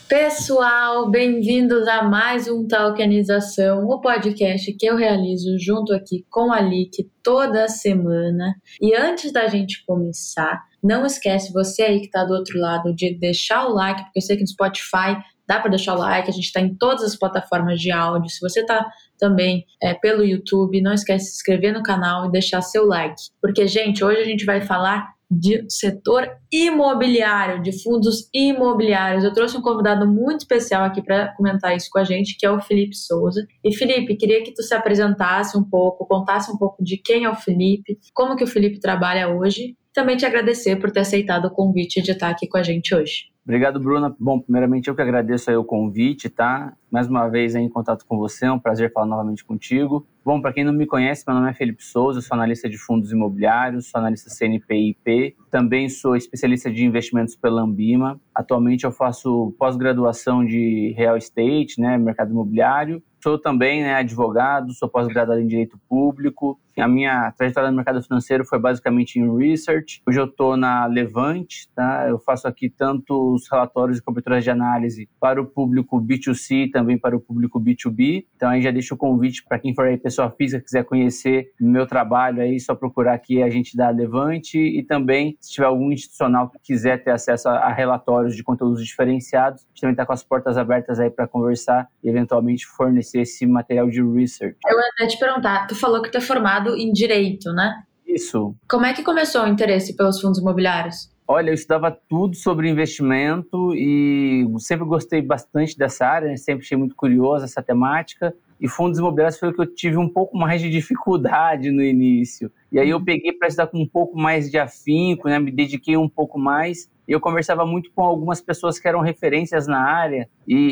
Pessoal, bem-vindos a mais um Talkanização, o podcast que eu realizo junto aqui com a Lick toda semana. E antes da gente começar, não esquece você aí que está do outro lado de deixar o like, porque eu sei que no Spotify dá para deixar o like, a gente está em todas as plataformas de áudio. Se você está também pelo YouTube, não esquece de se inscrever no canal e deixar seu like. Porque, gente, hoje a gente vai falar de setor imobiliário, de fundos imobiliários. Eu trouxe um convidado muito especial aqui para comentar isso com a gente, que é o Felipe Souza. E Felipe, queria que tu se apresentasse um pouco, contasse um pouco de quem é o Felipe, como que o Felipe trabalha hoje. Também te agradecer por ter aceitado o convite de estar aqui com a gente hoje. Obrigado, Bruna. Bom, primeiramente eu que agradeço aí o convite, tá? Mais uma vez aí em contato com você, é um prazer falar novamente contigo. Bom, para quem não me conhece, meu nome é Felipe Souza, eu sou analista de fundos imobiliários, sou analista CNP e IP, também sou especialista de investimentos pela Ambima. Atualmente eu faço pós-graduação de Real Estate, né, mercado imobiliário. Sou também advogado, sou pós-graduado em Direito Público. A minha trajetória no mercado financeiro foi basicamente em Research. Hoje eu estou na Levante, tá? Eu faço aqui tanto os relatórios e coberturas de análise para o público B2C e também para o público B2B. Então aí já deixo o convite para quem for aí pessoa física, quiser conhecer meu trabalho aí, só procurar aqui a gente da Levante. E também, se tiver algum institucional que quiser ter acesso a relatórios de conteúdos diferenciados, a gente também está com as portas abertas aí para conversar e eventualmente fornecer esse material de research. Eu ia até te perguntar, tu falou que tu é formado em Direito, né? Isso. Como é que começou o interesse pelos fundos imobiliários? Olha, eu estudava tudo sobre investimento e sempre gostei bastante dessa área, sempre achei muito curiosa essa temática. E fundos imobiliários foi o que eu tive um pouco mais de dificuldade no início. E aí eu peguei para estudar com um pouco mais de afinco, né? Me dediquei um pouco mais. E eu conversava muito com algumas pessoas que eram referências na área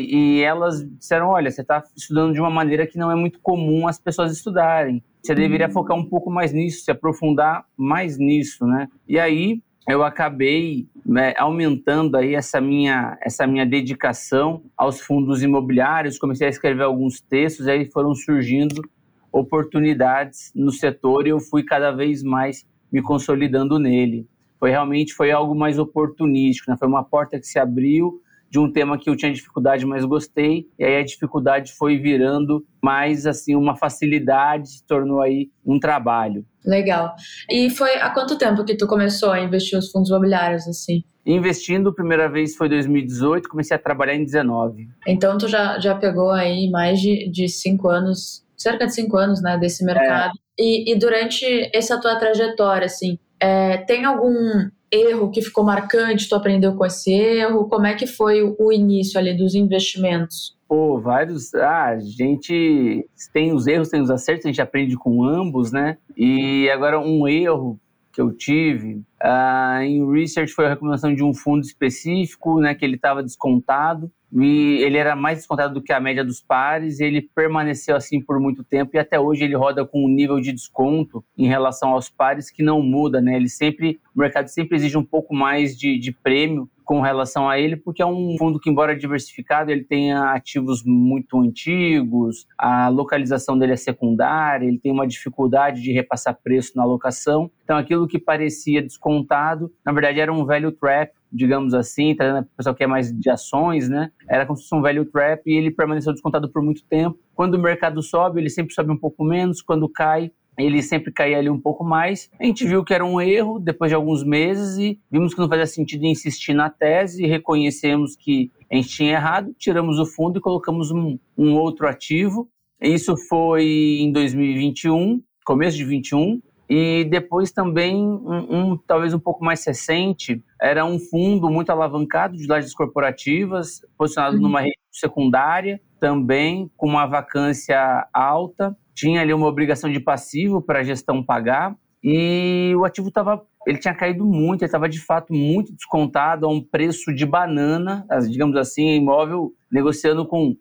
e elas disseram, olha, você está estudando de uma maneira que não é muito comum as pessoas estudarem. Você deveria focar um pouco mais nisso, se aprofundar mais nisso, né? E aí eu acabei aumentando aí essa minha dedicação aos fundos imobiliários, comecei a escrever alguns textos, aí foram surgindo oportunidades no setor e eu fui cada vez mais me consolidando nele. Foi algo mais oportunístico, né? Foi uma porta que se abriu de um tema que eu tinha dificuldade, mas gostei, e aí a dificuldade foi virando mais assim uma facilidade, se tornou aí um trabalho. Legal. E foi há quanto tempo que tu começou a investir nos fundos imobiliários, assim? Investindo, a primeira vez foi em 2018, comecei a trabalhar em 2019. Então tu já pegou aí mais de 5 anos, cerca de 5 anos, né, desse mercado. E durante essa tua trajetória, assim, tem algum erro que ficou marcante, tu aprendeu com esse erro? Como é que foi o início ali dos investimentos? Vários. A gente tem os erros, tem os acertos, a gente aprende com ambos, né? E agora um erro que eu tive em research foi a recomendação de um fundo específico, né? Que ele estava descontado. E ele era mais descontado do que a média dos pares, e ele permaneceu assim por muito tempo, e até hoje ele roda com um nível de desconto em relação aos pares que não muda, né? O mercado sempre exige um pouco mais de prêmio com relação a ele, porque é um fundo que, embora diversificado, ele tem ativos muito antigos, a localização dele é secundária, ele tem uma dificuldade de repassar preço na alocação. Então, aquilo que parecia descontado, na verdade, era um value trap, digamos assim, trazendo o pessoal que é mais de ações, né? Era como se fosse um value trap e ele permaneceu descontado por muito tempo. Quando o mercado sobe, ele sempre sobe um pouco menos, quando cai, ele sempre caía ali um pouco mais. A gente viu que era um erro depois de alguns meses e vimos que não fazia sentido insistir na tese, reconhecemos que a gente tinha errado, tiramos o fundo e colocamos um outro ativo. Isso foi em 2021, começo de 2021. E depois também, talvez um pouco mais recente, era um fundo muito alavancado de lajes corporativas, posicionado numa rede secundária, também com uma vacância alta, tinha ali uma obrigação de passivo para a gestão pagar, e o ativo ele tinha caído muito, ele estava de fato muito descontado a um preço de banana, digamos assim, imóvel negociando com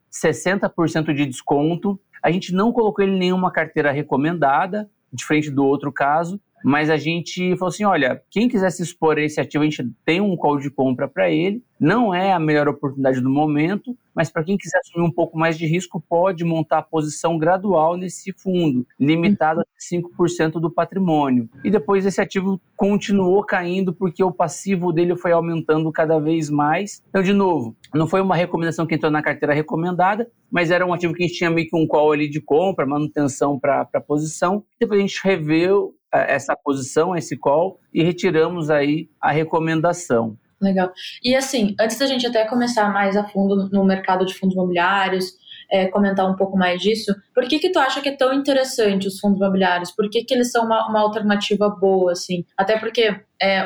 60% de desconto. A gente não colocou ele em nenhuma carteira recomendada, diferente do outro caso, mas a gente falou assim, olha, quem quiser se expor a esse ativo, a gente tem um call de compra para ele, não é a melhor oportunidade do momento, mas para quem quiser assumir um pouco mais de risco, pode montar a posição gradual nesse fundo, limitado a 5% do patrimônio. E depois esse ativo continuou caindo porque o passivo dele foi aumentando cada vez mais. Então, de novo, não foi uma recomendação que entrou na carteira recomendada, mas era um ativo que a gente tinha meio que um call ali de compra, manutenção para a posição. Depois a gente reveu essa posição, esse call, e retiramos aí a recomendação. Legal. E assim, antes da gente até começar mais a fundo no mercado de fundos imobiliários, comentar um pouco mais disso, por que tu acha que é tão interessante os fundos imobiliários? Por que eles são uma alternativa boa, assim? Até porque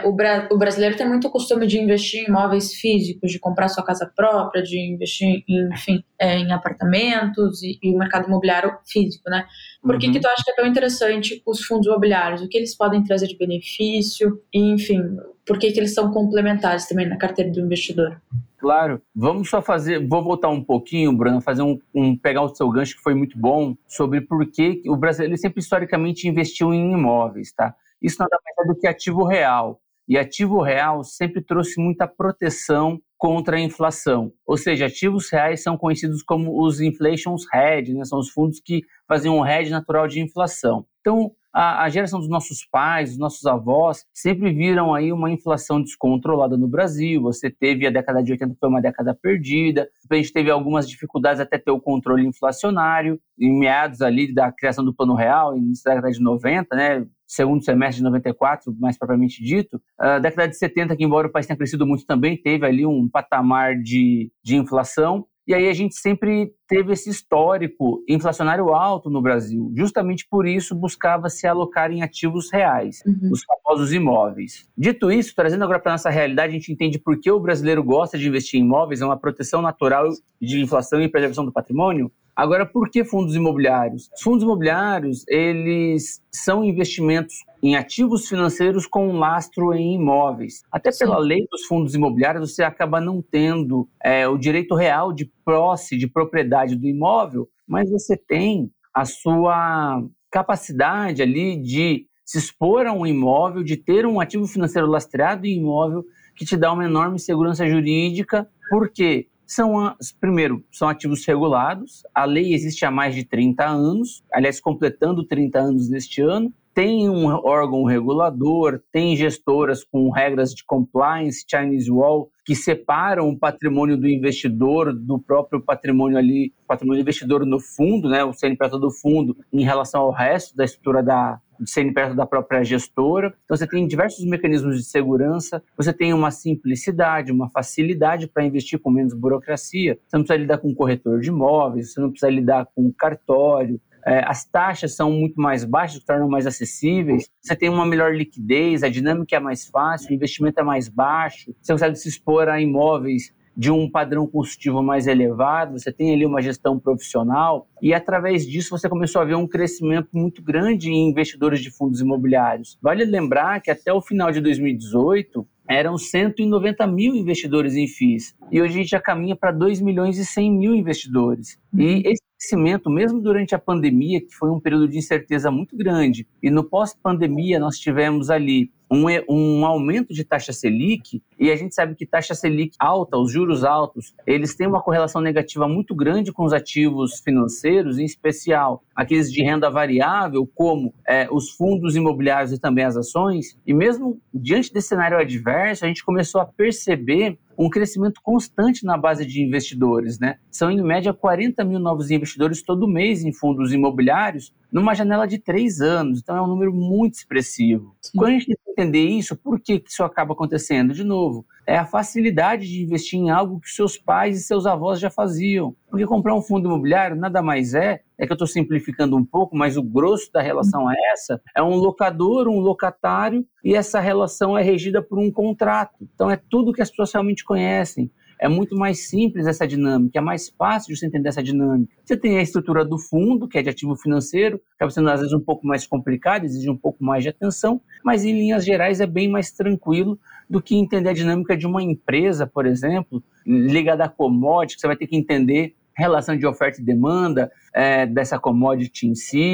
o brasileiro tem muito costume de investir em imóveis físicos, de comprar sua casa própria, de investir, enfim, em apartamentos e o mercado imobiliário físico, né? Por que tu acha que é tão interessante os fundos imobiliários? O que eles podem trazer de benefício? E, enfim, por que eles são complementares também na carteira do investidor? Claro. Vamos só vou voltar um pouquinho, Bruno, fazer pegar o seu gancho que foi muito bom, sobre por que o brasileiro sempre historicamente investiu em imóveis, tá? Isso nada mais é do que ativo real. E ativo real sempre trouxe muita proteção contra a inflação. Ou seja, ativos reais são conhecidos como os inflation hedge, né? São os fundos que fazem um hedge natural de inflação. Então, a geração dos nossos pais, dos nossos avós, sempre viram aí uma inflação descontrolada no Brasil. Você teve a década de 80, que foi uma década perdida. A gente teve algumas dificuldades até ter o controle inflacionário. Em meados ali da criação do Plano Real, início da década de 90, né? Segundo semestre de 94, mais propriamente dito. A década de 70, que embora o país tenha crescido muito também, teve ali um patamar de inflação. E aí a gente sempre teve esse histórico inflacionário alto no Brasil. Justamente por isso buscava se alocar em ativos reais, os famosos imóveis. Dito isso, trazendo agora para a nossa realidade, a gente entende por que o brasileiro gosta de investir em imóveis, é uma proteção natural de inflação e preservação do patrimônio. Agora, por que fundos imobiliários? Os fundos imobiliários, eles são investimentos em ativos financeiros com um lastro em imóveis. Até pela lei dos fundos imobiliários, você acaba não tendo o direito real de posse, de propriedade do imóvel, mas você tem a sua capacidade ali de se expor a um imóvel, de ter um ativo financeiro lastreado em imóvel que te dá uma enorme segurança jurídica. Por quê? Primeiro, são ativos regulados, a lei existe há mais de 30 anos, aliás, completando 30 anos neste ano, tem um órgão regulador, tem gestoras com regras de compliance, Chinese Wall, que separam o patrimônio do investidor do próprio patrimônio ali, patrimônio do investidor no fundo, né, o CNPJ do fundo, em relação ao resto da estrutura do CNPJ da própria gestora. Então você tem diversos mecanismos de segurança, você tem uma simplicidade, uma facilidade para investir com menos burocracia, você não precisa lidar com um corretor de imóveis, você não precisa lidar com um cartório, as taxas são muito mais baixas, que tornam mais acessíveis, você tem uma melhor liquidez, a dinâmica é mais fácil, o investimento é mais baixo, você consegue se expor a imóveis de um padrão construtivo mais elevado, você tem ali uma gestão profissional e através disso você começou a ver um crescimento muito grande em investidores de fundos imobiliários. Vale lembrar que até o final de 2018 eram 190 mil investidores em FIIs e hoje a gente já caminha para 2 milhões e 100 mil investidores. E esse crescimento, mesmo durante a pandemia, que foi um período de incerteza muito grande, e no pós-pandemia nós tivemos ali um aumento de taxa Selic, e a gente sabe que taxa Selic alta, os juros altos, eles têm uma correlação negativa muito grande com os ativos financeiros, em especial aqueles de renda variável, como os fundos imobiliários e também as ações, e mesmo diante desse cenário adverso, a gente começou a perceber um crescimento constante na base de investidores, né? São, em média, 40 mil novos investidores todo mês em fundos imobiliários, numa janela de 3 anos. Então, é um número muito expressivo. Sim. Quando a gente tem que entender isso, por que isso acaba acontecendo? De novo, é a facilidade de investir em algo que seus pais e seus avós já faziam. Porque comprar um fundo imobiliário nada mais é que eu estou simplificando um pouco, mas o grosso da relação é essa, é um locador, um locatário, e essa relação é regida por um contrato. Então é tudo que as pessoas realmente conhecem. É muito mais simples essa dinâmica, é mais fácil de você entender essa dinâmica. Você tem a estrutura do fundo, que é de ativo financeiro, acaba sendo às vezes um pouco mais complicado, exige um pouco mais de atenção, mas em linhas gerais é bem mais tranquilo do que entender a dinâmica de uma empresa, por exemplo, ligada a commodity, que você vai ter que entender relação de oferta e demanda dessa commodity em si,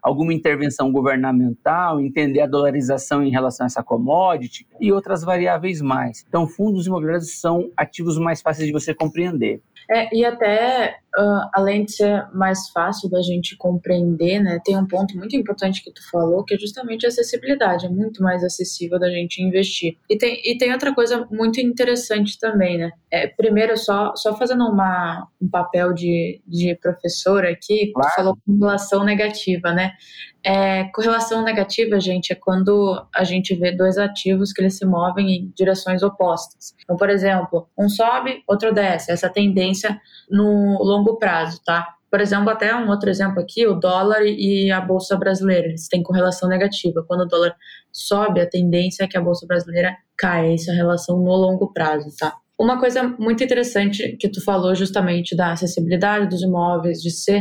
alguma intervenção governamental, entender a dolarização em relação a essa commodity e outras variáveis mais. Então, fundos imobiliários são ativos mais fáceis de você compreender. E até, além de ser mais fácil da gente compreender, né, tem um ponto muito importante que tu falou, que é justamente a acessibilidade. É muito mais acessível da gente investir. E tem outra coisa muito interessante também, né? Primeiro, só fazendo um papel de professora aqui, claro. Tu falou correlação negativa, né? Correlação negativa, gente, é quando a gente vê dois ativos que eles se movem em direções opostas. Então, por exemplo, um sobe, outro desce. Essa tendência no longo prazo, tá? Por exemplo, até um outro exemplo aqui, o dólar e a Bolsa Brasileira, eles têm correlação negativa. Quando o dólar sobe, a tendência é que a Bolsa Brasileira caia. Essa relação no longo prazo, tá? Uma coisa muito interessante que tu falou justamente da acessibilidade dos imóveis, de ser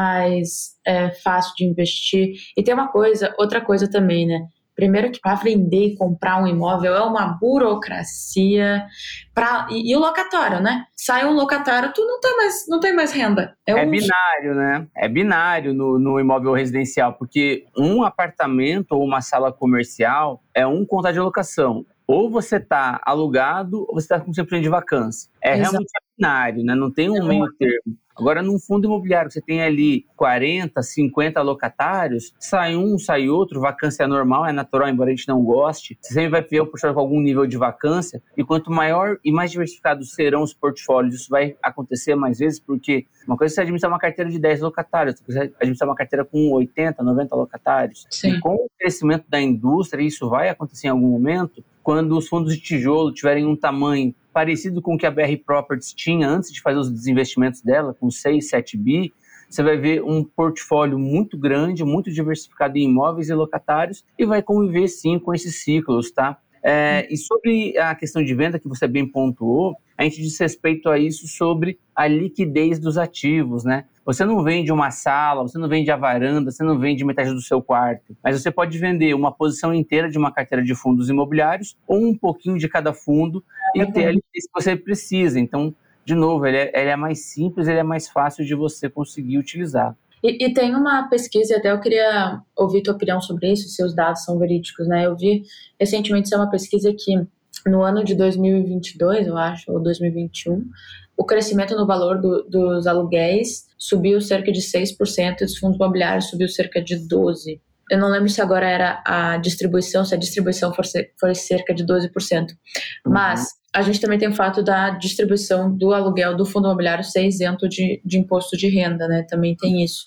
mais fácil de investir. E tem outra coisa também, né? Primeiro que para vender e comprar um imóvel é uma burocracia. E o locatário, né? Sai um locatário, tu não tem mais renda. Binário, né? É binário no imóvel residencial, porque um apartamento ou uma sala comercial é um contrato de locação. Ou você está alugado, ou você está com 100% de vacância. Realmente binário, né? Não tem um meio termo. Agora, num fundo imobiliário, você tem ali 40, 50 locatários, sai um, sai outro, vacância é normal, é natural, embora a gente não goste. Você sempre vai ver o portfólio com algum nível de vacância, e quanto maior e mais diversificados serão os portfólios, isso vai acontecer mais vezes, porque uma coisa é você administrar uma carteira de 10 locatários, outra coisa é administrar uma carteira com 80, 90 locatários. Sim. E com o crescimento da indústria, isso vai acontecer em algum momento, quando os fundos de tijolo tiverem um tamanho parecido com o que a BR Properties tinha antes de fazer os desinvestimentos dela, com 6, 7 bi, você vai ver um portfólio muito grande, muito diversificado em imóveis e locatários e vai conviver sim com esses ciclos, tá? E sobre a questão de venda que você bem pontuou, a gente diz respeito a isso sobre a liquidez dos ativos, né? Você não vende uma sala, você não vende a varanda, você não vende metade do seu quarto, mas você pode vender uma posição inteira de uma carteira de fundos imobiliários ou um pouquinho de cada fundo e ter a liquidez que você precisa. Então, de novo, ele é mais simples, ele é mais fácil de você conseguir utilizar. E tem uma pesquisa, até eu queria ouvir tua opinião sobre isso, se os dados são verídicos, né? Eu vi recentemente, isso é uma pesquisa que no ano de 2022, eu acho, ou 2021, o crescimento no valor dos aluguéis subiu cerca de 6% e dos fundos imobiliários subiu cerca de 12%. Eu não lembro se agora era a distribuição, se a distribuição foi cerca de 12%. Mas a gente também tem o fato da distribuição do aluguel do fundo imobiliário ser isento de imposto de renda, né? Também tem isso.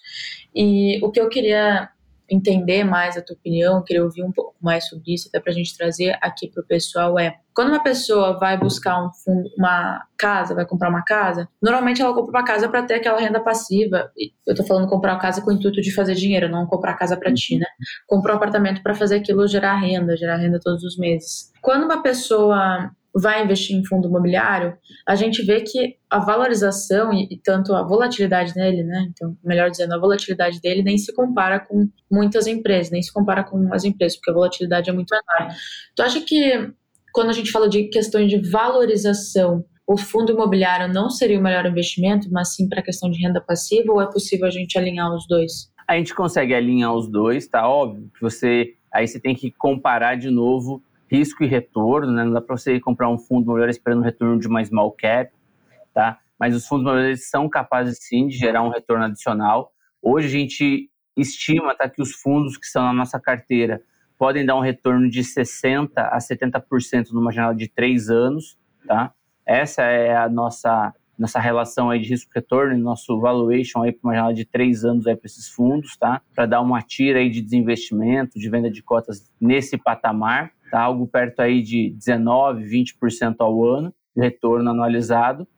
E o que eu queria entender mais a tua opinião, queria ouvir um pouco mais sobre isso, até para a gente trazer aqui para o pessoal, quando uma pessoa vai buscar uma casa, vai comprar uma casa, normalmente ela compra uma casa para ter aquela renda passiva. Eu tô falando comprar uma casa com o intuito de fazer dinheiro, não comprar casa para ti, né? Comprar um apartamento para fazer aquilo gerar renda todos os meses. Quando uma pessoa vai investir em fundo imobiliário, a gente vê que a valorização e tanto a volatilidade dele, né? Então, melhor dizendo, a volatilidade dele nem se compara com muitas empresas, nem se compara com as empresas, porque a volatilidade é muito menor. Tu acha que quando a gente fala de questões de valorização, o fundo imobiliário não seria o melhor investimento, mas sim para a questão de renda passiva, ou é possível a gente alinhar os dois? A gente consegue alinhar os dois, tá? Óbvio que aí você tem que comparar de novo risco e retorno, né? Não dá para você comprar um fundo imobiliário esperando um retorno de uma small cap, tá? Mas os fundos imobiliários são capazes sim de gerar um retorno adicional. Hoje a gente estima, tá, que os fundos que estão na nossa carteira podem dar um retorno de 60% a 70% numa janela de 3 anos, tá? Essa é a nossa relação aí de risco-retorno, nosso valuation aí para uma janela de 3 anos aí para esses fundos, tá? Para dar uma tira aí de desinvestimento, de venda de cotas nesse patamar, tá? Algo perto aí de 19%, 20% ao ano, de retorno anualizado.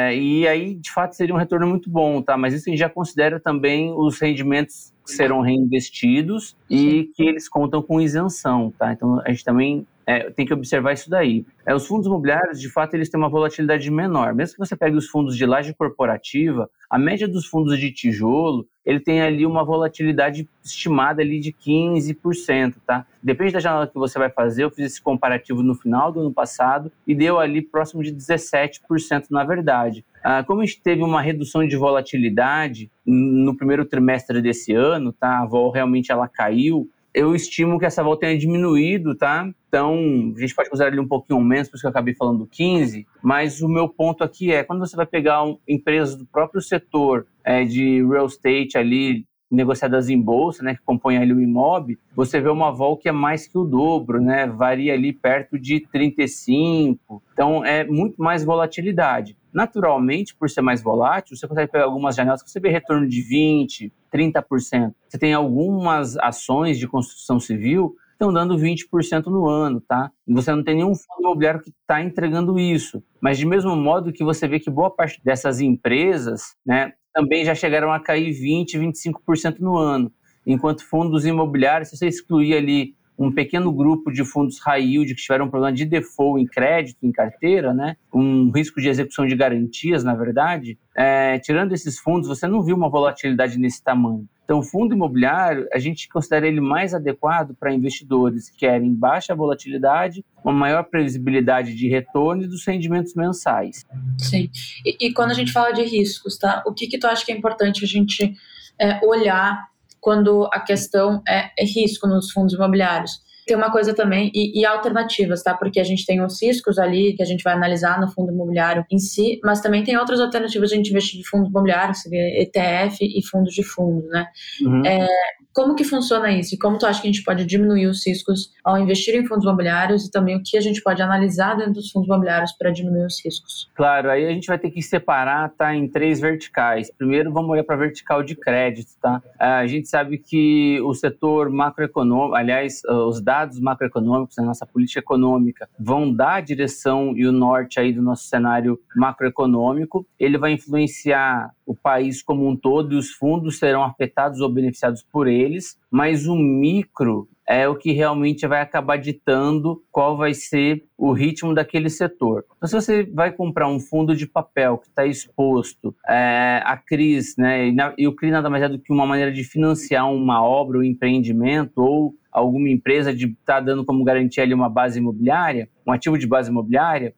E aí, de fato, seria um retorno muito bom, tá? Mas isso a gente já considera também os rendimentos que serão reinvestidos e que eles contam com isenção, tá? Então, a gente também tem que observar isso daí. Os fundos imobiliários, de fato, eles têm uma volatilidade menor. Mesmo que você pegue os fundos de laje corporativa, a média dos fundos de tijolo ele tem ali uma volatilidade estimada ali de 15%, tá? Depende da janela que você vai fazer, eu fiz esse comparativo no final do ano passado e deu ali próximo de 17% na verdade. Como a gente teve uma redução de volatilidade no primeiro trimestre desse ano, tá? A vol realmente ela caiu, eu estimo que essa vol tenha diminuído, tá? Então, a gente pode considerar ele um pouquinho menos, por isso que eu acabei falando 15, mas o meu ponto aqui é, quando você vai pegar empresas do próprio setor de real estate ali, negociadas em bolsa, né, que compõem ali o IMOB, você vê uma vol que é mais que o dobro, né? Varia ali perto de 35, então é muito mais volatilidade. Naturalmente, por ser mais volátil, você consegue pegar algumas janelas que você vê retorno de 20%, 30%. Você tem algumas ações de construção civil que estão dando 20% no ano, tá? E você não tem nenhum fundo imobiliário que está entregando isso. Mas, de mesmo modo que você vê que boa parte dessas empresas, né, também já chegaram a cair 20%, 25% no ano. Enquanto fundos imobiliários, se você excluir ali um pequeno grupo de fundos high yield que tiveram um problema de default em crédito, em carteira, né? Um risco de execução de garantias, na verdade, tirando esses fundos, você não viu uma volatilidade nesse tamanho. Então, o fundo imobiliário, a gente considera ele mais adequado para investidores que querem baixa volatilidade, uma maior previsibilidade de retorno e dos rendimentos mensais. Sim. E quando a gente fala de riscos, tá? O que tu acha que é importante a gente olhar quando a questão é risco nos fundos imobiliários? Tem uma coisa também, e alternativas, tá? Porque a gente tem os riscos ali que a gente vai analisar no fundo imobiliário em si, mas também tem outras alternativas de a gente investir de fundos imobiliários, seria ETF e fundos de fundos, né? Uhum. Como que funciona isso? E como tu acha que a gente pode diminuir os riscos ao investir em fundos imobiliários e também o que a gente pode analisar dentro dos fundos imobiliários para diminuir os riscos? Claro, aí a gente vai ter que separar, tá, em 3 verticais. Primeiro, vamos olhar para a vertical de crédito, tá? A gente sabe que o setor macroeconômico, aliás, os dados macroeconômicos da nossa política econômica vão dar a direção e o norte aí do nosso cenário macroeconômico. Ele vai influenciar o país como um todo e os fundos serão afetados ou beneficiados por eles, mas o micro é o que realmente vai acabar ditando qual vai ser o ritmo daquele setor. Então, se você vai comprar um fundo de papel que está exposto a CRIs, né, e o CRI nada mais é do que uma maneira de financiar uma obra, um empreendimento ou alguma empresa de estar dando como garantia ali uma base imobiliária, um ativo de base imobiliária,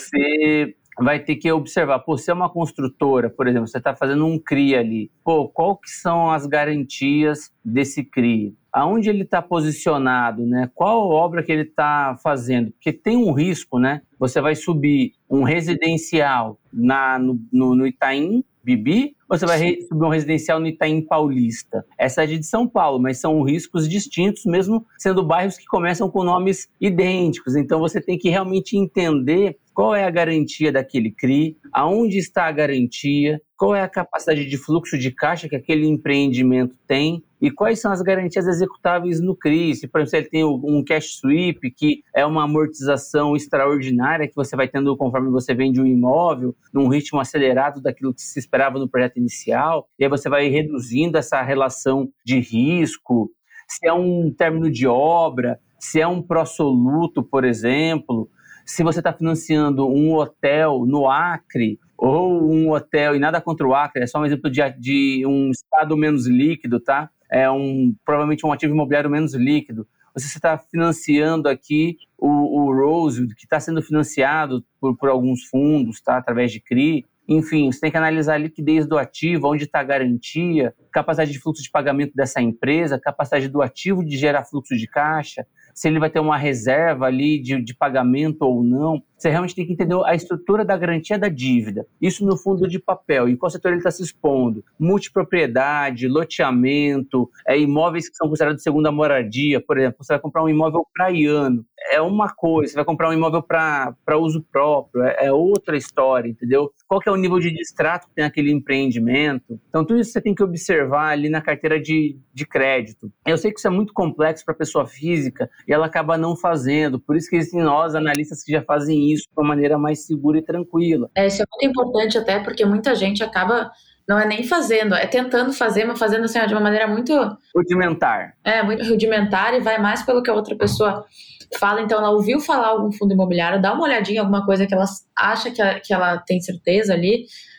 você vai ter que observar, se é uma construtora, por exemplo, você está fazendo um CRI ali, qual que são as garantias desse CRI? Aonde ele está posicionado, né? Qual obra que ele está fazendo? Porque tem um risco, né? Você vai subir um residencial no Itaim Bibi, ou você vai subir um residencial no Itaim Paulista? Essa é de São Paulo, mas são riscos distintos, mesmo sendo bairros que começam com nomes idênticos. Então, você tem que realmente entender qual é a garantia daquele CRI, aonde está a garantia, qual é a capacidade de fluxo de caixa que aquele empreendimento tem e quais são as garantias executáveis no CRI. Se, por exemplo, ele tem um cash sweep, que é uma amortização extraordinária que você vai tendo conforme você vende um imóvel, num ritmo acelerado daquilo que se esperava no projeto inicial, e aí você vai reduzindo essa relação de risco. Se é um término de obra, se é um pró-soluto, por exemplo, se você está financiando um hotel no Acre, ou um hotel, e nada contra o Acre, é só um exemplo de um estado menos líquido, tá? Provavelmente um ativo imobiliário menos líquido. Você está financiando aqui o Rosewood, que está sendo financiado por alguns fundos, tá? Através de CRI. Enfim, você tem que analisar a liquidez do ativo, onde está a garantia, capacidade de fluxo de pagamento dessa empresa, capacidade do ativo de gerar fluxo de caixa, se ele vai ter uma reserva ali de pagamento ou não. Você realmente tem que entender a estrutura da garantia da dívida. Isso no fundo de papel. E qual setor ele está se expondo? Multipropriedade, loteamento, imóveis que são considerados segunda moradia. Por exemplo, você vai comprar um imóvel praiano. É uma coisa. Você vai comprar um imóvel para uso próprio. É outra história, entendeu? Qual que é o nível de distrato que tem aquele empreendimento? Então, tudo isso você tem que observar ali na carteira de crédito. Eu sei que isso é muito complexo para a pessoa física e ela acaba não fazendo. Por isso que existem nós, analistas, que já fazem isso de uma maneira mais segura e tranquila. Isso é muito importante até porque muita gente acaba, não é nem fazendo, é tentando fazer, mas fazendo assim, de uma maneira muito... rudimentar. Muito rudimentar e vai mais pelo que a outra pessoa fala. Então, ela ouviu falar algum fundo imobiliário, dá uma olhadinha em alguma coisa que ela acha que ela tem certeza ali,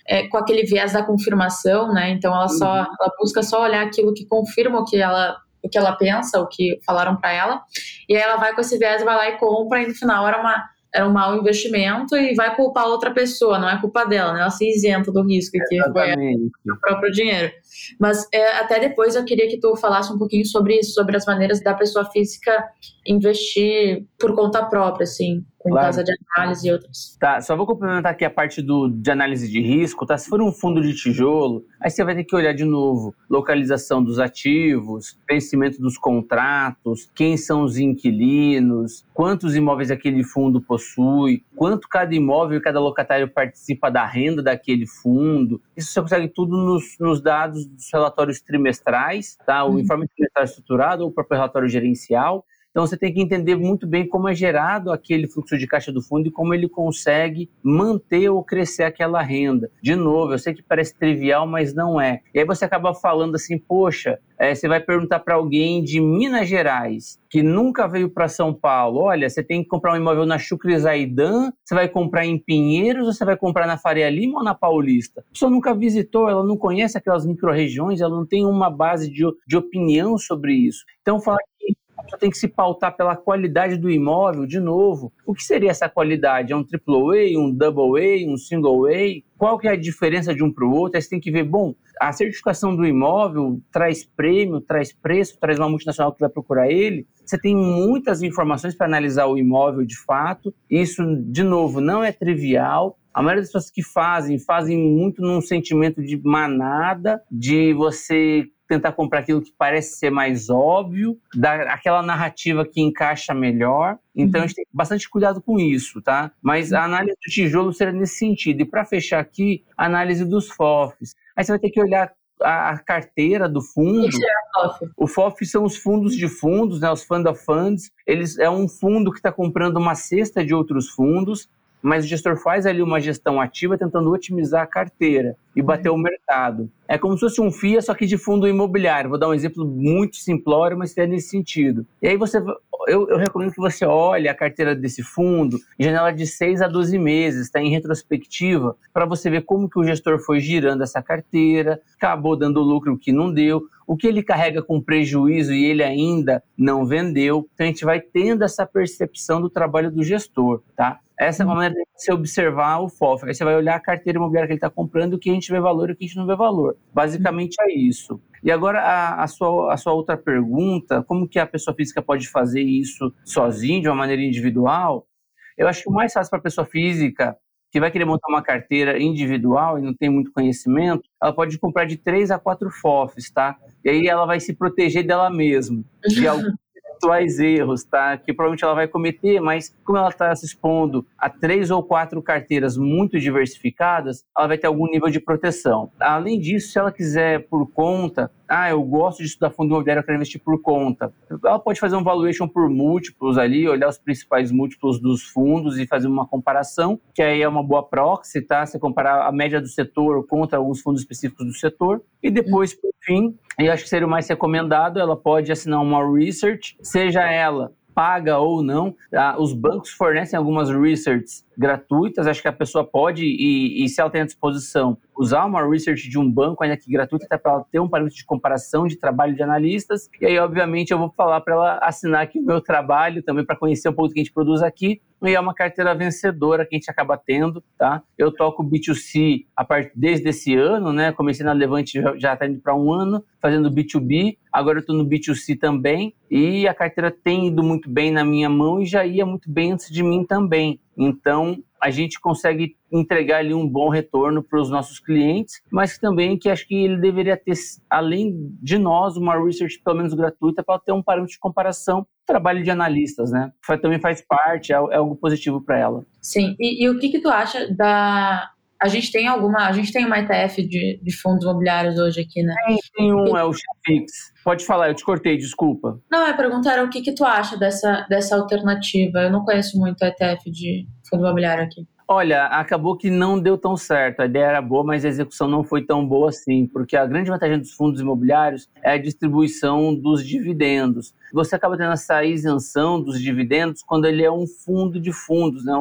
com aquele viés da confirmação, né? Então ela busca só olhar aquilo que confirma o que ela pensa, o que falaram para ela, e aí ela vai com esse viés, vai lá e compra, e no final era um mau investimento e vai culpar outra pessoa, não é culpa dela, né? Ela se isenta do risco que foi o próprio dinheiro. Mas até depois eu queria que tu falasse um pouquinho sobre isso, sobre as maneiras da pessoa física investir por conta própria, assim, com casa de análise e outras. Tá, só vou complementar aqui a parte de análise de risco, tá? Se for um fundo de tijolo, aí você vai ter que olhar de novo localização dos ativos, vencimento dos contratos, quem são os inquilinos, quantos imóveis aquele fundo possui, quanto cada imóvel e cada locatário participa da renda daquele fundo. Isso você consegue tudo nos dados dos relatórios trimestrais, tá? O informe trimestral estruturado ou o próprio relatório gerencial. Então, você tem que entender muito bem como é gerado aquele fluxo de caixa do fundo e como ele consegue manter ou crescer aquela renda. De novo, eu sei que parece trivial, mas não é. E aí você acaba falando assim, poxa, você vai perguntar para alguém de Minas Gerais, que nunca veio para São Paulo, olha, você tem que comprar um imóvel na Chucre Zaidan, você vai comprar em Pinheiros, ou você vai comprar na Faria Lima ou na Paulista? A pessoa nunca visitou, ela não conhece aquelas micro-regiões, ela não tem uma base de opinião sobre isso. Então, fala que você tem que se pautar pela qualidade do imóvel, de novo. O que seria essa qualidade? É um AAA, um AA, um Single A? Qual que é a diferença de um para o outro? Aí você tem que ver, bom, a certificação do imóvel traz prêmio, traz preço, traz uma multinacional que vai procurar ele. Você tem muitas informações para analisar o imóvel de fato. Isso, de novo, não é trivial. A maioria das pessoas que fazem muito num sentimento de manada, de você tentar comprar aquilo que parece ser mais óbvio, aquela narrativa que encaixa melhor. Então, a gente tem bastante cuidado com isso, tá? Mas a análise do tijolo seria nesse sentido. E para fechar aqui, a análise dos FOFs. Aí você vai ter que olhar a carteira do fundo. O que é FOF? O FOF são os fundos de fundos, né? Os Fund of Funds. É um fundo que está comprando uma cesta de outros fundos, mas o gestor faz ali uma gestão ativa tentando otimizar a carteira e bater o mercado. É como se fosse um FIA, só que de fundo imobiliário. Vou dar um exemplo muito simplório, mas é nesse sentido. E aí eu recomendo que você olhe a carteira desse fundo em janela de 6 a 12 meses, está em retrospectiva, para você ver como que o gestor foi girando essa carteira, acabou dando lucro, o que não deu, o que ele carrega com prejuízo e ele ainda não vendeu. Então a gente vai tendo essa percepção do trabalho do gestor, tá? Essa é uma maneira de você observar o FOF. Aí você vai olhar a carteira imobiliária que ele está comprando, o que a gente vê valor e o que a gente não vê valor. Basicamente é isso. E agora a sua outra pergunta, como que a pessoa física pode fazer isso sozinha, de uma maneira individual? Eu acho que o mais fácil para a pessoa física que vai querer montar uma carteira individual e não tem muito conhecimento, ela pode comprar de 3 a 4 FOFs, tá? E aí ela vai se proteger dela mesma, de alguns eventuais erros, tá? Que provavelmente ela vai cometer, mas como ela está se expondo a 3 ou 4 carteiras muito diversificadas, ela vai ter algum nível de proteção. Além disso, se ela quiser por conta, eu gosto de estudar fundo imobiliário, eu quero investir por conta. Ela pode fazer um valuation por múltiplos ali, olhar os principais múltiplos dos fundos e fazer uma comparação, que aí é uma boa proxy, tá? Você comparar a média do setor contra alguns fundos específicos do setor. E depois, por fim, eu acho que seria o mais recomendado, ela pode assinar uma research, seja ela paga ou não. Os bancos fornecem algumas researches gratuitas, acho que a pessoa pode, e se ela tem à disposição, usar uma research de um banco, ainda que gratuita, para ela ter um parâmetro de comparação de trabalho de analistas, e aí, obviamente, eu vou falar para ela assinar aqui o meu trabalho, também para conhecer um pouco do que a gente produz aqui, e é uma carteira vencedora que a gente acaba tendo, tá? Eu toco B2C desde esse ano, né? Comecei na Levante, já está indo para um ano, fazendo B2B, agora eu estou no B2C também, e a carteira tem ido muito bem na minha mão e já ia muito bem antes de mim também. Então, a gente consegue entregar ali um bom retorno para os nossos clientes, mas também que acho que ele deveria ter, além de nós, uma research pelo menos gratuita para ter um parâmetro de comparação, trabalho de analistas, né? Também faz parte, é algo positivo para ela. Sim, e o que tu acha da... A gente tem uma ETF de fundos imobiliários hoje aqui, né? Tem um, é o XFIX. Pode falar, eu te cortei, desculpa. Não, a pergunta era o que tu acha dessa alternativa. Eu não conheço muito a ETF de fundo imobiliário aqui. Olha, acabou que não deu tão certo. A ideia era boa, mas a execução não foi tão boa assim, porque a grande vantagem dos fundos imobiliários é a distribuição dos dividendos. Você acaba tendo essa isenção dos dividendos quando ele é um fundo de fundos, né?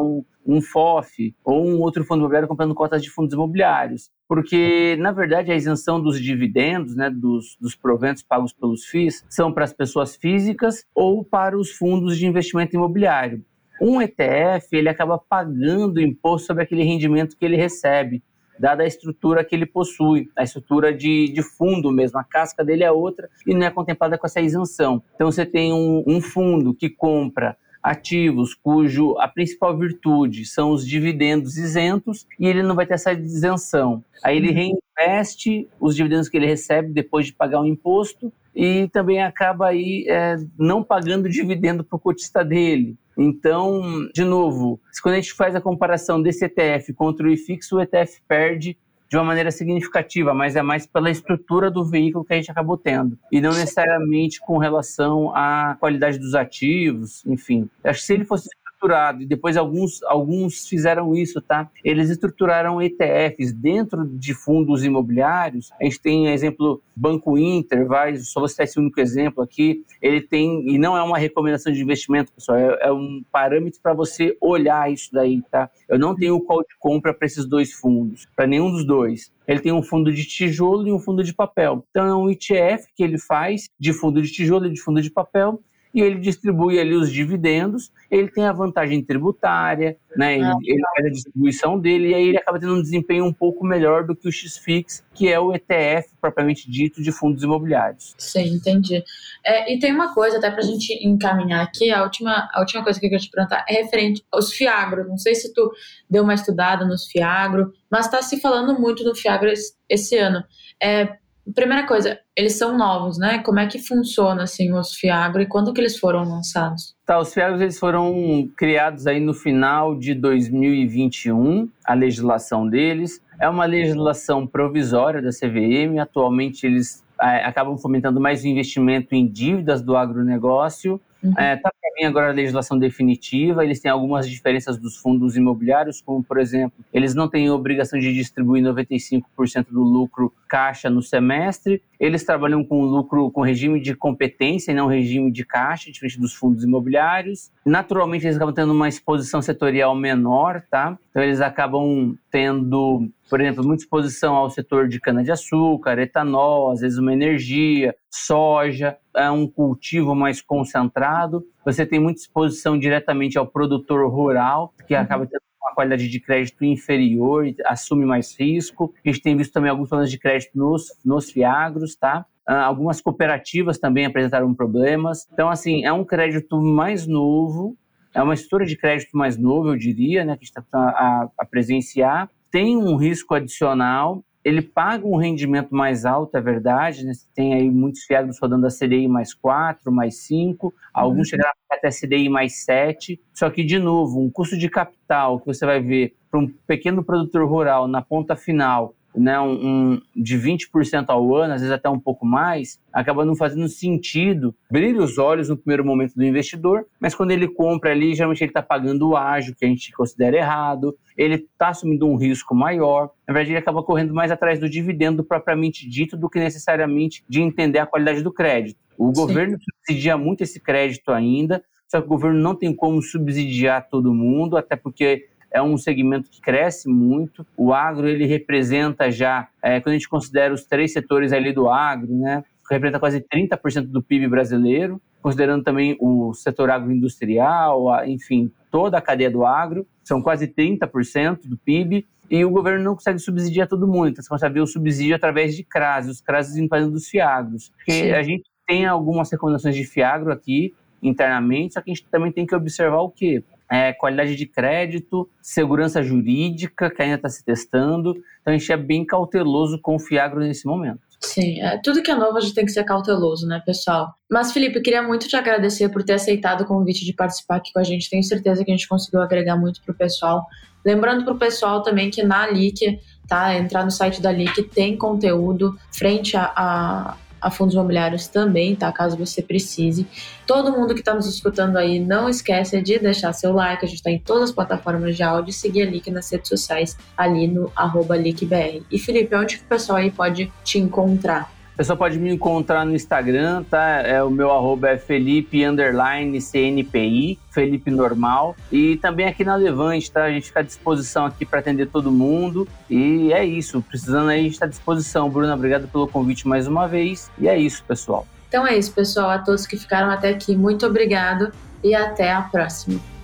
um FOF ou um outro fundo imobiliário comprando cotas de fundos imobiliários. Porque, na verdade, a isenção dos dividendos, né, dos proventos pagos pelos FIIs, são para as pessoas físicas ou para os fundos de investimento imobiliário. Um ETF, ele acaba pagando imposto sobre aquele rendimento que ele recebe, dada a estrutura que ele possui, a estrutura de fundo mesmo, a casca dele é outra e não é contemplada com essa isenção. Então você tem um fundo que compra ativos cujo a principal virtude são os dividendos isentos e ele não vai ter essa isenção. Aí ele reinveste os dividendos que ele recebe depois de pagar o imposto e também acaba aí não pagando dividendo para o cotista dele. Então, de novo, quando a gente faz a comparação desse ETF contra o IFIX, o ETF perde de uma maneira significativa, mas é mais pela estrutura do veículo que a gente acabou tendo, e não necessariamente com relação à qualidade dos ativos, enfim. Acho que se ele fosse estruturado, e depois alguns fizeram isso, tá? Eles estruturaram ETFs dentro de fundos imobiliários. A gente tem, exemplo, Banco Inter, só vou citar esse único exemplo aqui, ele tem, e não é uma recomendação de investimento, pessoal, é um parâmetro para você olhar isso daí, tá? Eu não tenho o call de compra para esses dois fundos, para nenhum dos dois. Ele tem um fundo de tijolo e um fundo de papel. Então é um ETF que ele faz de fundo de tijolo e de fundo de papel, e ele distribui ali os dividendos, ele tem a vantagem tributária, né? Ele faz a distribuição dele, e aí ele acaba tendo um desempenho um pouco melhor do que o XFIX, que é o ETF propriamente dito de fundos imobiliários. Sim, entendi. E tem uma coisa, até para a gente encaminhar aqui, a última coisa que eu queria te perguntar é referente aos FIAGRO. Não sei se tu deu uma estudada nos FIAGRO, mas está se falando muito do FIAGRO esse ano. Primeira coisa, eles são novos, né? Como é que funciona, assim, os FIAGRO e quando que eles foram lançados? Tá, os FIAGROs eles foram criados aí no final de 2021, a legislação deles. É uma legislação provisória da CVM, atualmente eles acabam fomentando mais o investimento em dívidas do agronegócio. Está para mim agora a legislação definitiva, eles têm algumas diferenças dos fundos imobiliários, como, por exemplo, eles não têm obrigação de distribuir 95% do lucro caixa no semestre, eles trabalham com lucro com regime de competência e não regime de caixa, diferente dos fundos imobiliários. Naturalmente, eles acabam tendo uma exposição setorial menor, tá? Então, eles acabam tendo, por exemplo, muita exposição ao setor de cana-de-açúcar, etanol, às vezes uma energia, soja, é um cultivo mais concentrado. Você tem muita exposição diretamente ao produtor rural, que acaba tendo uma qualidade de crédito inferior e assume mais risco. A gente tem visto também alguns planos de crédito nos FIAGROs, tá? Algumas cooperativas também apresentaram problemas. Então, assim, é um crédito mais novo, é uma estrutura de crédito mais novo, eu diria, né, que a gente está a presenciar. Tem um risco adicional, ele paga um rendimento mais alto, é verdade, né? Você tem aí muitos FIAGROs rodando a CDI mais 4, mais 5, alguns chegaram até a CDI mais 7, só que, de novo, um custo de capital que você vai ver para um pequeno produtor rural na ponta final, né, de 20% ao ano, às vezes até um pouco mais, acaba não fazendo sentido. Brilha os olhos no primeiro momento do investidor, mas quando ele compra ali, geralmente ele está pagando o ágio, que a gente considera errado, ele está assumindo um risco maior. Na verdade, ele acaba correndo mais atrás do dividendo propriamente dito do que necessariamente de entender a qualidade do crédito. O governo subsidia muito esse crédito ainda, só que o governo não tem como subsidiar todo mundo, até porque é um segmento que cresce muito. O agro, ele representa já, quando a gente considera os 3 setores ali do agro, né, representa quase 30% do PIB brasileiro, considerando também o setor agroindustrial, enfim, toda a cadeia do agro, são quase 30% do PIB, e o governo não consegue subsidiar todo mundo, então você consegue ver o subsídio através de CRAS, os CRAS indo dos FIAGROs, porque a gente tem algumas recomendações de FIAGRO aqui, internamente, só que a gente também tem que observar o quê? Qualidade de crédito, segurança jurídica, que ainda está se testando. Então, a gente é bem cauteloso com o FIAGRO nesse momento. Sim, tudo que é novo a gente tem que ser cauteloso, né, pessoal? Mas, Felipe, eu queria muito te agradecer por ter aceitado o convite de participar aqui com a gente. Tenho certeza que a gente conseguiu agregar muito para o pessoal. Lembrando para o pessoal também que na LIC, tá? Entrar no site da LIC, tem conteúdo frente a fundos imobiliários também, tá? Caso você precise. Todo mundo que está nos escutando aí, não esquece de deixar seu like. A gente está em todas as plataformas de áudio e seguir a LIC nas redes sociais, ali no @LICBR. E, Felipe, onde que o pessoal aí pode te encontrar? A pessoa pode me encontrar no Instagram, tá? O meu arroba é Felipe_CNPI, Felipe normal. E também aqui na Levante, tá? A gente fica à disposição aqui para atender todo mundo. E é isso. Precisando aí, a gente está à disposição. Bruna, obrigado pelo convite mais uma vez. E é isso, pessoal. Então é isso, pessoal. A todos que ficaram até aqui, muito obrigado e até a próxima.